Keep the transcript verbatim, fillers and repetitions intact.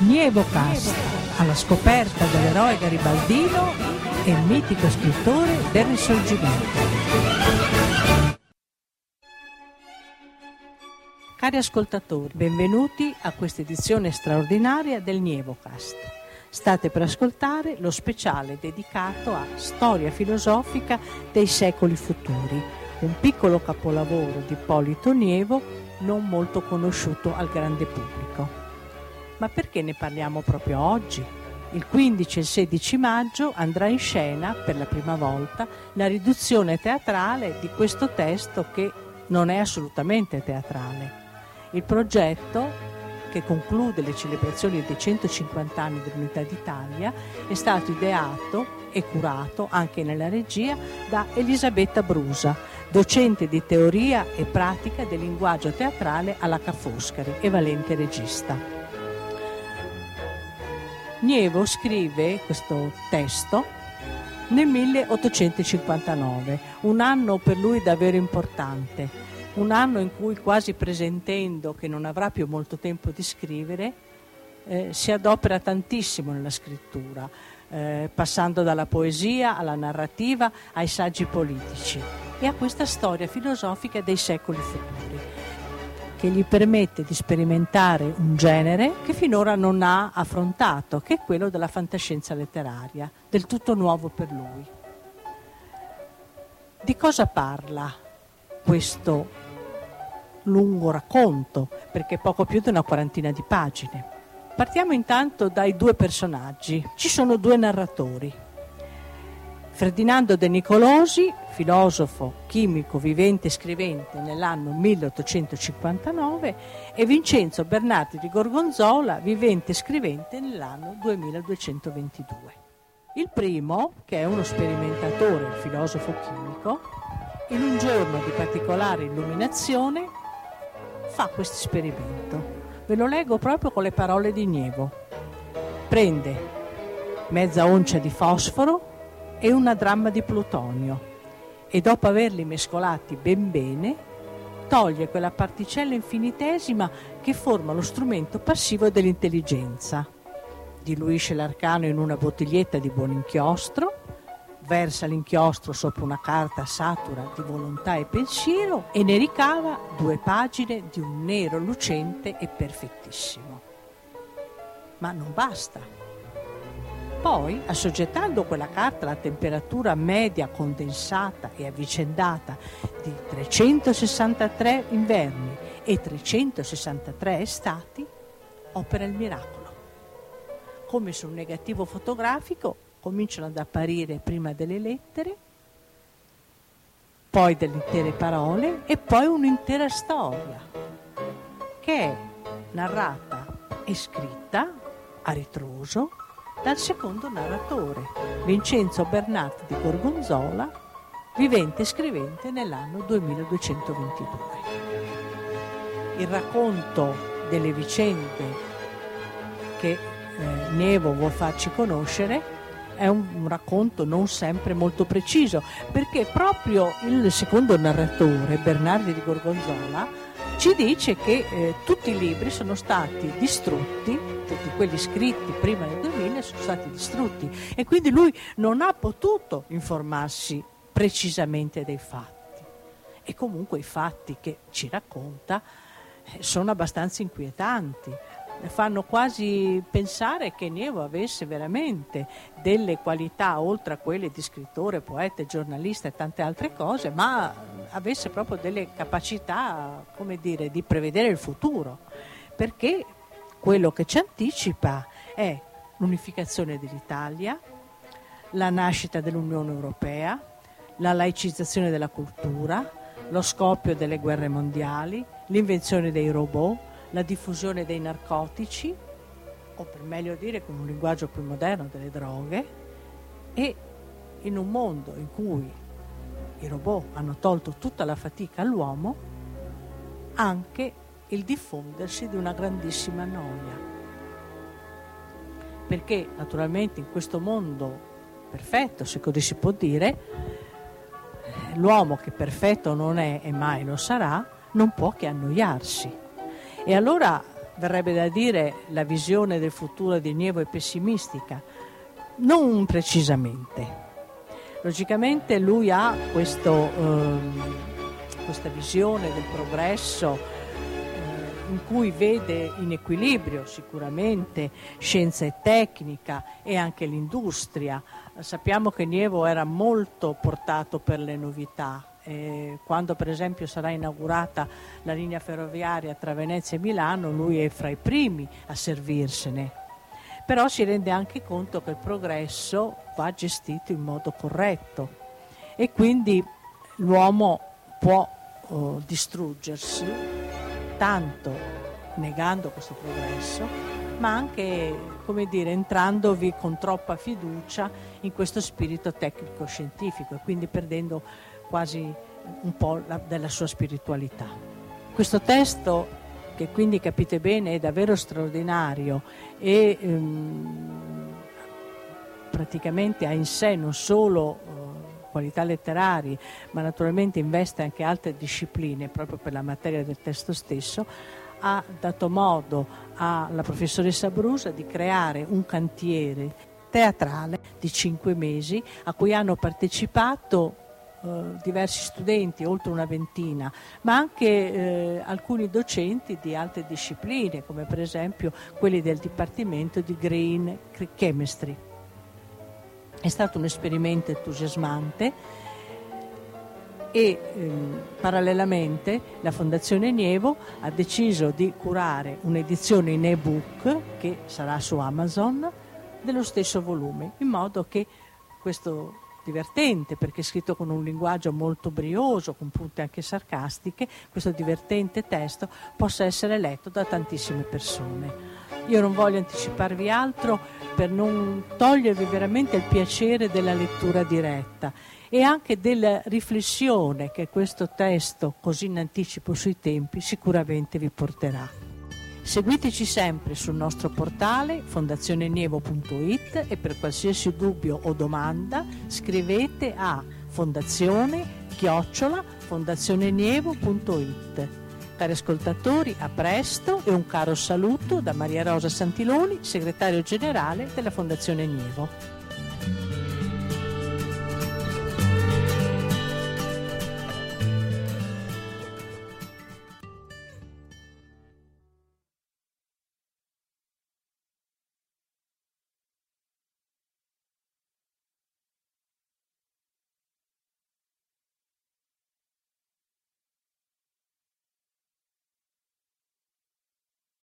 Nievocast, alla scoperta dell'eroe garibaldino e il mitico scrittore del Risorgimento. Cari ascoltatori, benvenuti a questa edizione straordinaria del Nievocast. State per ascoltare lo speciale dedicato a Storia filosofica dei secoli futuri, un piccolo capolavoro di Ippolito Nievo non molto conosciuto al grande pubblico. Ma perché ne parliamo proprio oggi? Il quindici e il sedici maggio andrà in scena per la prima volta la riduzione teatrale di questo testo che non è assolutamente teatrale. Il progetto, che conclude le celebrazioni dei centocinquanta anni dell'Unità d'Italia, è stato ideato e curato anche nella regia da Elisabetta Brusa, docente di teoria e pratica del linguaggio teatrale alla Ca' Foscari e valente regista. Nievo scrive questo testo nel milleottocentocinquantanove, un anno per lui davvero importante, un anno in cui, quasi presentendo che non avrà più molto tempo di scrivere, eh, si adopera tantissimo nella scrittura, eh, passando dalla poesia alla narrativa ai saggi politici e a questa storia filosofica dei secoli futuri, che gli permette di sperimentare un genere che finora non ha affrontato, che è quello della fantascienza letteraria, del tutto nuovo per lui. Di cosa parla questo lungo racconto? Perché è poco più di una quarantina di pagine. Partiamo intanto dai due personaggi. Ci sono due narratori. Ferdinando De Nicolosi, filosofo, chimico, vivente e scrivente nell'anno milleottocentocinquantanove, e Vincenzo Bernardi di Gorgonzola, vivente e scrivente nell'anno duemiladuecentoventidue. Il primo, che è uno sperimentatore, il filosofo chimico, in un giorno di particolare illuminazione fa questo esperimento. Ve lo leggo proprio con le parole di Nievo. Prende mezza oncia di fosforo e una dramma di plutonio e dopo averli mescolati ben bene toglie quella particella infinitesima che forma lo strumento passivo dell'intelligenza, diluisce l'arcano in una bottiglietta di buon inchiostro, versa l'inchiostro sopra una carta satura di volontà e pensiero e ne ricava due pagine di un nero lucente e perfettissimo. Ma non basta. Poi, assoggettando quella carta alla temperatura media condensata e avvicendata di trecentosessantatré inverni e trecentosessantatré estati, opera il miracolo. Come su un negativo fotografico cominciano ad apparire prima delle lettere, poi delle intere parole e poi un'intera storia che è narrata e scritta a ritroso dal secondo narratore, Vincenzo Bernardi di Gorgonzola, vivente e scrivente nell'anno duemiladuecentoventidue. Il racconto delle vicende che eh, Nievo vuol farci conoscere è un, un racconto non sempre molto preciso, perché proprio il secondo narratore, Bernardi di Gorgonzola, ci dice che eh, tutti i libri sono stati distrutti, tutti quelli scritti prima del duemila sono stati distrutti e quindi lui non ha potuto informarsi precisamente dei fatti. E comunque i fatti che ci racconta eh, sono abbastanza inquietanti, fanno quasi pensare che Nievo avesse veramente delle qualità oltre a quelle di scrittore, poeta, giornalista e tante altre cose, ma avesse proprio delle capacità, come dire, di prevedere il futuro, perché quello che ci anticipa è l'unificazione dell'Italia, la nascita dell'Unione Europea, la laicizzazione della cultura, lo scoppio delle guerre mondiali, l'invenzione dei robot, la diffusione dei narcotici, o per meglio dire con un linguaggio più moderno delle droghe, e in un mondo in cui i robot hanno tolto tutta la fatica all'uomo, anche il diffondersi di una grandissima noia. Perché naturalmente in questo mondo perfetto, se così si può dire, l'uomo, che perfetto non è e mai lo sarà, non può che annoiarsi. E allora verrebbe da dire la visione del futuro di Nievo è pessimistica, non precisamente. Logicamente lui ha questo, ehm, questa visione del progresso eh, in cui vede in equilibrio sicuramente scienza e tecnica e anche l'industria. Sappiamo che Nievo era molto portato per le novità. Eh, quando per esempio sarà inaugurata la linea ferroviaria tra Venezia e Milano, lui è fra i primi a servirsene, però si rende anche conto che il progresso va gestito in modo corretto e quindi l'uomo può oh, distruggersi tanto negando questo progresso, ma anche, come dire, entrandovi con troppa fiducia in questo spirito tecnico-scientifico e quindi perdendo quasi un po' la, della sua spiritualità. Questo testo, che quindi capite bene è davvero straordinario e ehm, praticamente ha in sé non solo eh, qualità letterarie, ma naturalmente investe anche altre discipline proprio per la materia del testo stesso, ha dato modo alla professoressa Brusa di creare un cantiere teatrale di cinque mesi a cui hanno partecipato Uh, diversi studenti, oltre una ventina, ma anche uh, alcuni docenti di altre discipline, come per esempio quelli del Dipartimento di Green Chemistry. È stato un esperimento entusiasmante e um, parallelamente la Fondazione Nievo ha deciso di curare un'edizione in ebook che sarà su Amazon dello stesso volume, in modo che questo divertente, perché è scritto con un linguaggio molto brioso, con punte anche sarcastiche, questo divertente testo possa essere letto da tantissime persone. Io non voglio anticiparvi altro per non togliervi veramente il piacere della lettura diretta e anche della riflessione che questo testo, così in anticipo sui tempi, sicuramente vi porterà. Seguiteci sempre sul nostro portale fondazionenievo punto it e per qualsiasi dubbio o domanda scrivete a fondazione chiocciola fondazionenievo punto it. Cari ascoltatori, a presto e un caro saluto da Maria Rosa Santiloni, segretario generale della Fondazione Nievo.